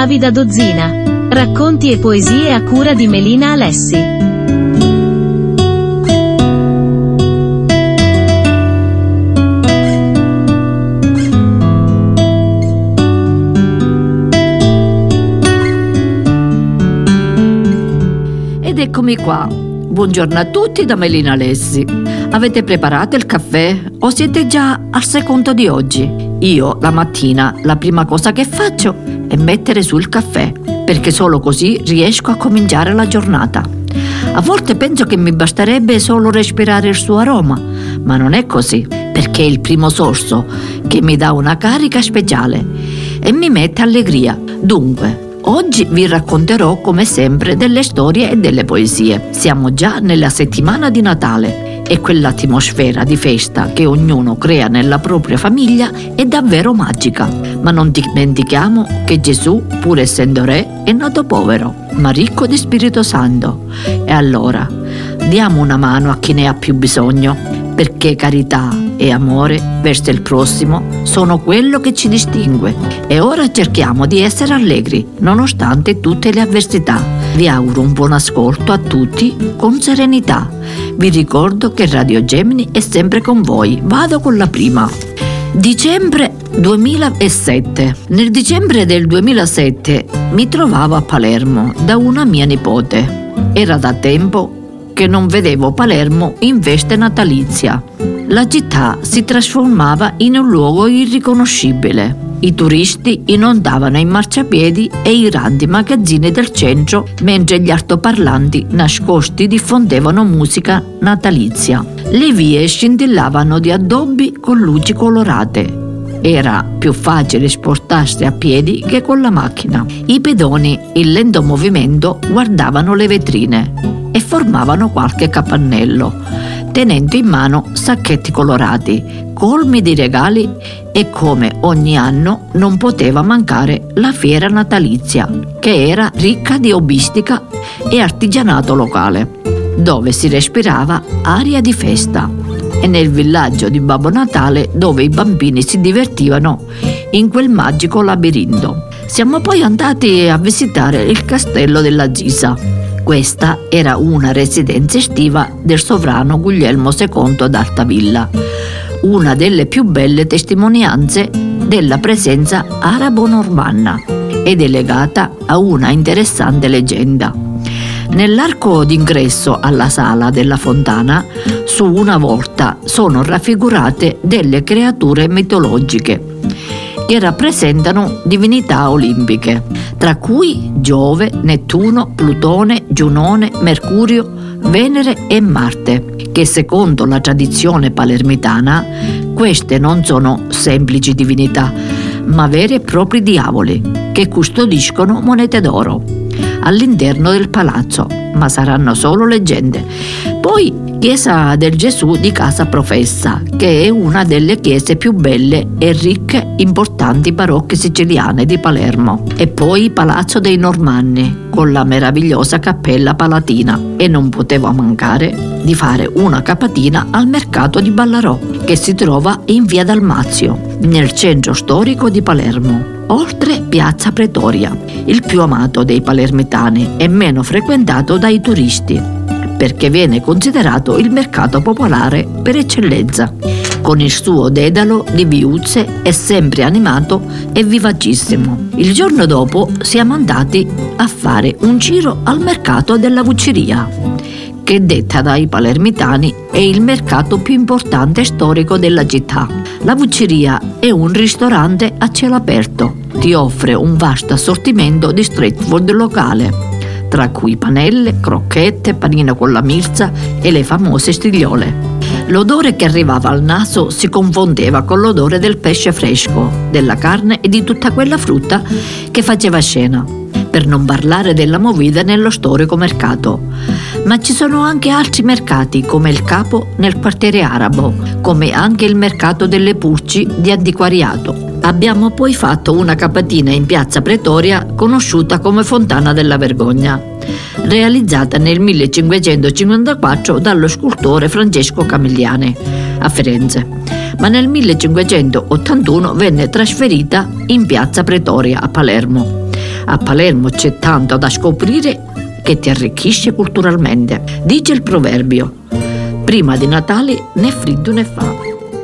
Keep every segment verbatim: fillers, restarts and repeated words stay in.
Davida Dozzina. Racconti e poesie a cura di Melina Alessi. Ed eccomi qua. Buongiorno a tutti da Melina Alessi. Avete preparato il caffè o siete già al secondo di oggi? Io la mattina la prima cosa che faccio è mettere su il caffè, perché solo così riesco a cominciare la giornata. A volte penso che mi basterebbe solo respirare il suo aroma, ma non è così, perché è il primo sorso che mi dà una carica speciale e mi mette allegria. Dunque, oggi vi racconterò come sempre delle storie e delle poesie. Siamo già nella settimana di Natale e quell'atmosfera di festa che ognuno crea nella propria famiglia è davvero magica. Ma non dimentichiamo che Gesù, pur essendo re, è nato povero, ma ricco di Spirito Santo. E allora diamo una mano a chi ne ha più bisogno, perché carità e amore verso il prossimo sono quello che ci distingue. E ora cerchiamo di essere allegri, nonostante tutte le avversità. Vi auguro un buon ascolto a tutti con serenità. Vi ricordo che Radio Gemini è sempre con voi. Vado con la prima. Dicembre duemilasette. Nel dicembre del duemilasette mi trovavo a Palermo da una mia nipote. Era da tempo che non vedevo Palermo in veste natalizia. La città si trasformava in un luogo irriconoscibile. I turisti inondavano i marciapiedi e i grandi magazzini del centro, mentre gli altoparlanti nascosti diffondevano musica natalizia. Le vie scintillavano di addobbi con luci colorate. Era più facile spostarsi a piedi che con la macchina. I pedoni in lento movimento guardavano le vetrine e formavano qualche capannello, tenendo in mano sacchetti colorati, colmi di regali, e come ogni anno non poteva mancare la fiera natalizia, che era ricca di hobbistica e artigianato locale, dove si respirava aria di festa, e nel villaggio di Babbo Natale dove i bambini si divertivano in quel magico labirinto. Siamo poi andati a visitare il castello della Gisa. Questa era una residenza estiva del sovrano Guglielmo secondo d'Altavilla, una delle più belle testimonianze della presenza arabo-normanna ed è legata a una interessante leggenda. Nell'arco d'ingresso alla sala della fontana, su una volta sono raffigurate delle creature mitologiche che rappresentano divinità olimpiche, tra cui Giove, Nettuno, Plutone, Giunone, Mercurio, Venere e Marte, che secondo la tradizione palermitana queste non sono semplici divinità, ma veri e propri diavoli che custodiscono monete d'oro all'interno del palazzo, ma saranno solo leggende. Poi Chiesa del Gesù di Casa Professa, che è una delle chiese più belle e ricche, importanti parrocchie siciliane di Palermo. E poi Palazzo dei Normanni, con la meravigliosa cappella palatina. E non poteva mancare di fare una capatina al mercato di Ballarò, che si trova in via Dalmazio, nel centro storico di Palermo, oltre Piazza Pretoria, il più amato dei palermitani e meno frequentato dai turisti, perché viene considerato il mercato popolare per eccellenza, con il suo dedalo di viuzze è sempre animato e vivacissimo. Il giorno dopo siamo andati a fare un giro al mercato della Vucceria, che detta dai palermitani è il mercato più importante e storico della città. La Vucceria è un ristorante a cielo aperto, ti offre un vasto assortimento di street food locale, tra cui panelle, crocchette, panino con la milza e le famose stigliole. L'odore che arrivava al naso si confondeva con l'odore del pesce fresco, della carne e di tutta quella frutta che faceva scena, per non parlare della movida nello storico mercato. Ma ci sono anche altri mercati, come il Capo nel quartiere arabo, come anche il mercato delle Pulci di antiquariato. Abbiamo poi fatto una capatina in Piazza Pretoria, conosciuta come Fontana della Vergogna, realizzata nel millecinquecentocinquantaquattro dallo scultore Francesco Camigliani a Firenze, ma nel millecinquecentottantuno venne trasferita in Piazza Pretoria a Palermo. A Palermo c'è tanto da scoprire che ti arricchisce culturalmente. Dice il proverbio: prima di Natale né friddo né fa.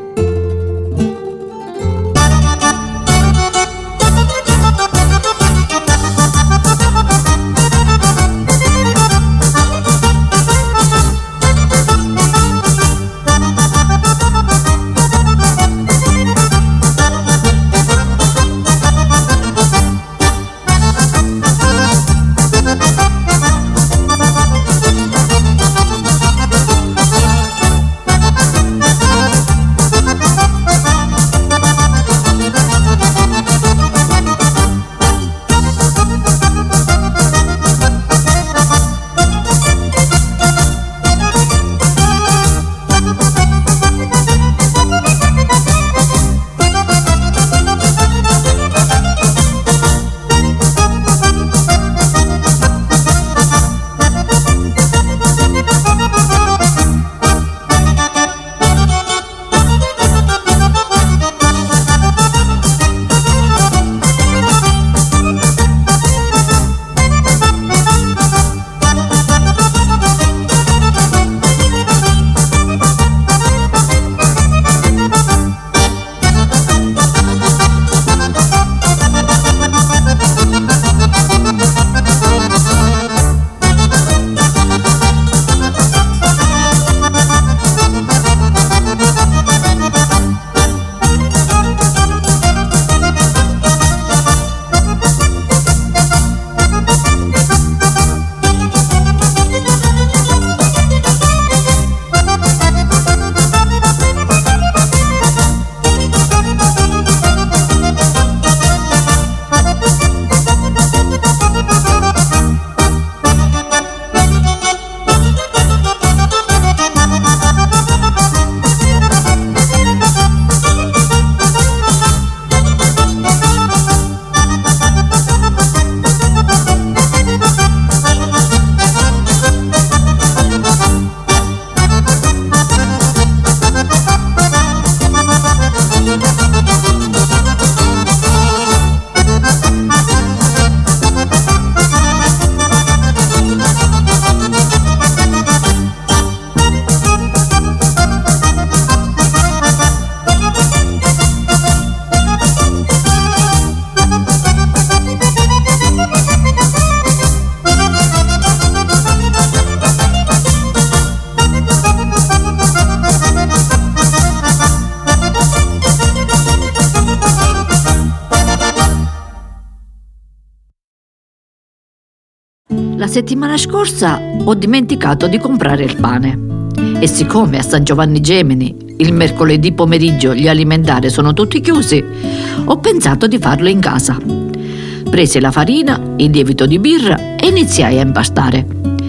La settimana scorsa ho dimenticato di comprare il pane e siccome a San Giovanni Gemini il mercoledì pomeriggio gli alimentari sono tutti chiusi, ho pensato di farlo in casa. Presi la farina, il lievito di birra e iniziai a impastare.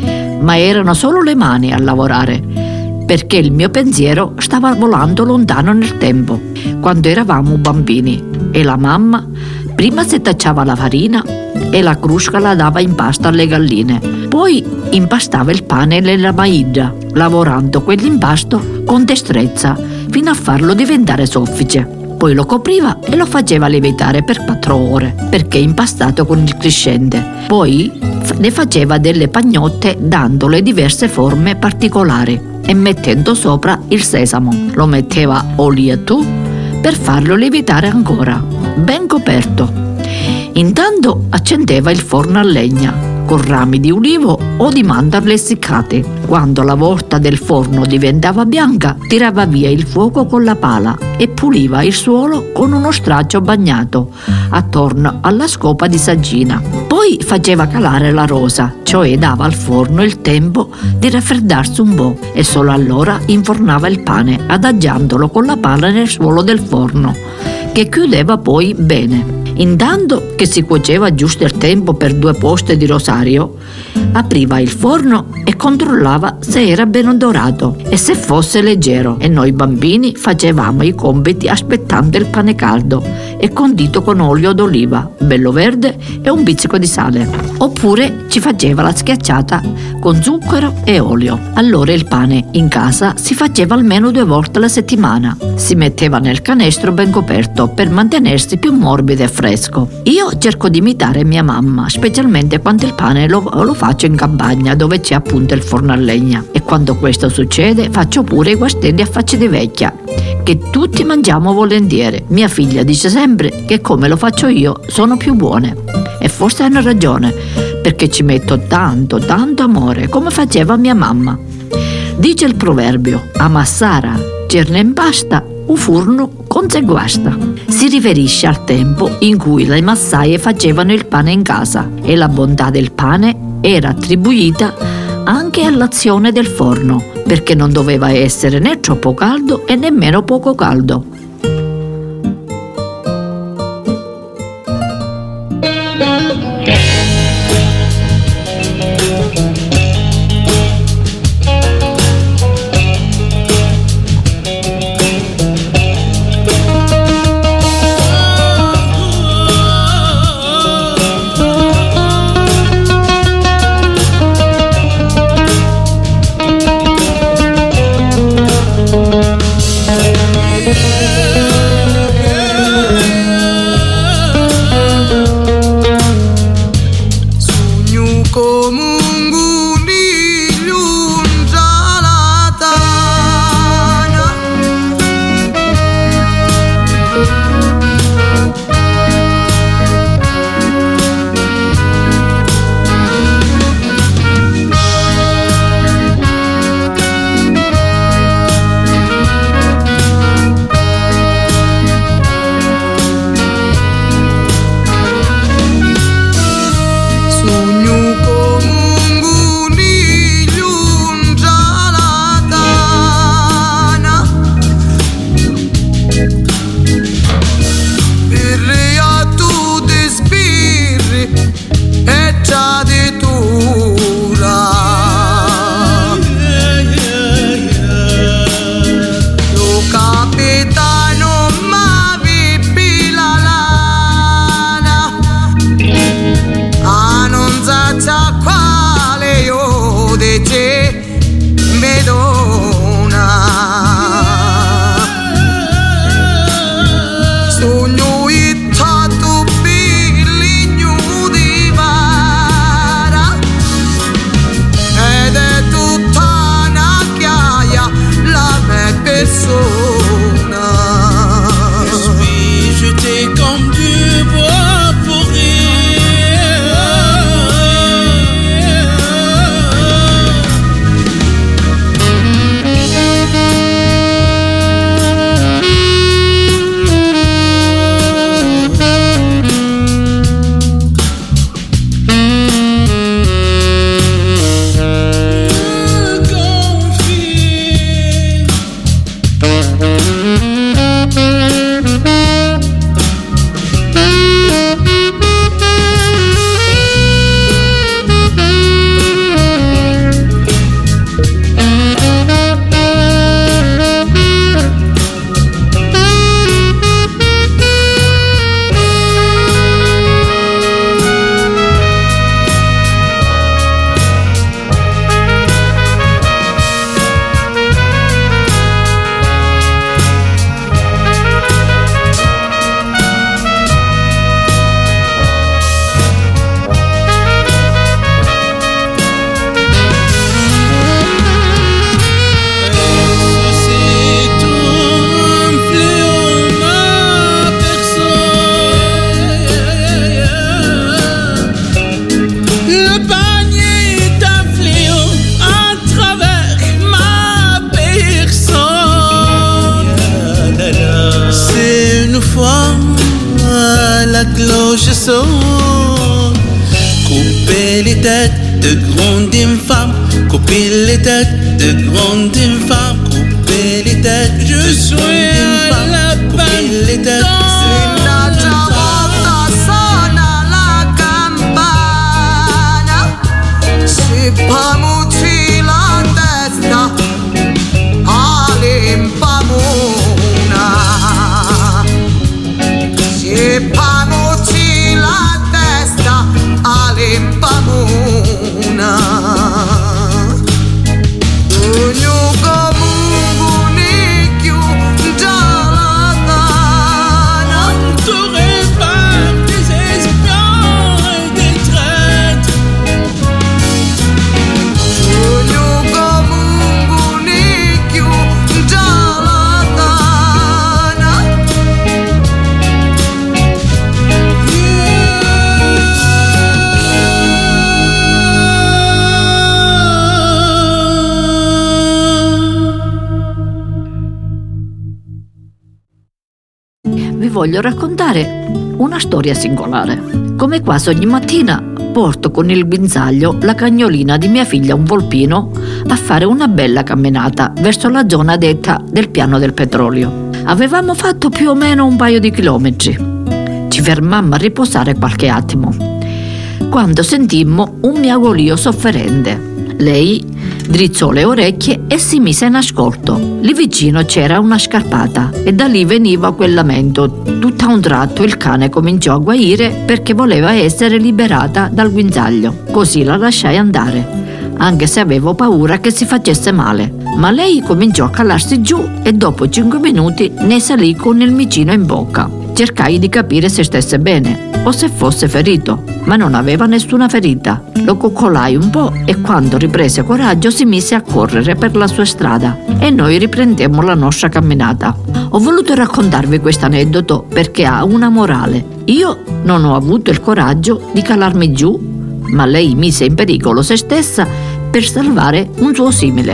Ma erano solo le mani a lavorare, perché il mio pensiero stava volando lontano nel tempo, quando eravamo bambini e la mamma prima setacciava la farina e la crusca la dava in pasta alle galline. Poi impastava il pane nella maidra, lavorando quell'impasto con destrezza fino a farlo diventare soffice. Poi lo copriva e lo faceva lievitare per quattro ore, perché impastato con il crescente. Poi ne faceva delle pagnotte dandole diverse forme particolari e mettendo sopra il sesamo. Lo metteva oliato per farlo lievitare ancora, ben coperto. Intanto accendeva il forno a legna con rami di ulivo o di mandorle essiccate. Quando la volta del forno diventava bianca, tirava via il fuoco con la pala e puliva il suolo con uno straccio bagnato attorno alla scopa di saggina. Poi faceva calare la rosa, cioè dava al forno il tempo di raffreddarsi un po' e solo allora infornava il pane, adagiandolo con la pala nel suolo del forno, che chiudeva poi bene. Intanto che si cuoceva giusto il tempo per due poste di rosario, apriva il forno e controllava se era ben dorato e se fosse leggero, e noi bambini facevamo i compiti aspettando il pane caldo e condito con olio d'oliva, bello verde e un pizzico di sale. Oppure ci faceva la schiacciata con zucchero e olio. Allora il pane in casa si faceva almeno due volte alla settimana. Si metteva nel canestro ben coperto tutto per mantenersi più morbido e fresco. Io cerco di imitare mia mamma, specialmente quando il pane lo, lo faccio in campagna dove c'è appunto il forno a legna, e quando questo succede faccio pure i guastelli a faccia di vecchia, che tutti mangiamo volentieri. Mia figlia dice sempre che come lo faccio io sono più buone, e forse hanno ragione, perché ci metto tanto, tanto amore, come faceva mia mamma. Dice il proverbio: amassara, cerne in pasta, un furno con se guasta. Si riferisce al tempo in cui le massaie facevano il pane in casa e la bontà del pane era attribuita anche all'azione del forno, perché non doveva essere né troppo caldo e nemmeno poco caldo. la cloche sonne. Couper les têtes de grandes femmes, couper les têtes de grandes femmes, couper les têtes. Je suis à la couper les têtes. Pamuci la testa all'impamuna, si pamuci la testa all'impamuna. Ognuno comunque vi voglio raccontare una storia singolare. Come quasi ogni mattina porto con il guinzaglio la cagnolina di mia figlia un volpino a fare una bella camminata verso la zona detta del piano del petrolio. Avevamo fatto più o meno un paio di chilometri. Ci fermammo a riposare qualche attimo, quando sentimmo un miagolio sofferente. Lei drizzò le orecchie e si mise in ascolto. Lì vicino c'era una scarpata e da lì veniva quel lamento. Tutto a un tratto il cane cominciò a guaire perché voleva essere liberata dal guinzaglio. Così la lasciai andare, anche se avevo paura che si facesse male. Ma lei cominciò a calarsi giù e dopo cinque minuti ne salì con il micino in bocca. Cercai di capire se stesse bene o se fosse ferito, ma non aveva nessuna ferita. Lo coccolai un po' e quando riprese coraggio si mise a correre per la sua strada e noi riprendemmo la nostra camminata. Ho voluto raccontarvi questo aneddoto perché ha una morale. Io non ho avuto il coraggio di calarmi giù, ma lei mise in pericolo se stessa per salvare un suo simile.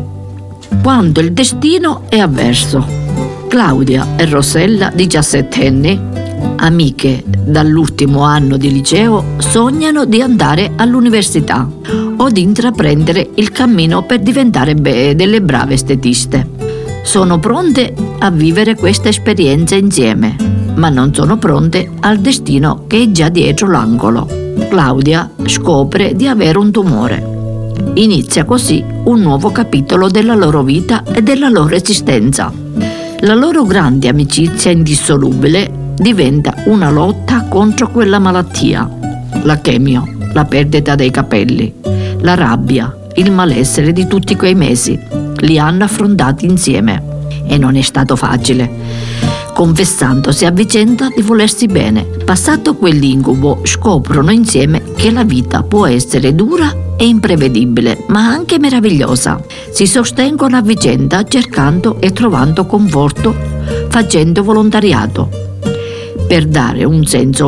Quando il destino è avverso. Claudia e Rossella, diciassettenni, amiche dall'ultimo anno di liceo, sognano di andare all'università o di intraprendere il cammino per diventare be- delle brave estetiste. Sono pronte a vivere questa esperienza insieme, ma non sono pronte al destino che è già dietro l'angolo. Claudia scopre di avere un tumore. Inizia così un nuovo capitolo della loro vita e della loro esistenza. La loro grande amicizia indissolubile diventa una lotta contro quella malattia. La chemio, la perdita dei capelli, la rabbia, il malessere di tutti quei mesi li hanno affrontati insieme e non è stato facile, confessandosi a vicenda di volersi bene. Passato quell'incubo, scoprono insieme che la vita può essere dura e imprevedibile, ma anche meravigliosa. Si sostengono a vicenda cercando e trovando conforto, facendo volontariato, per dare un senso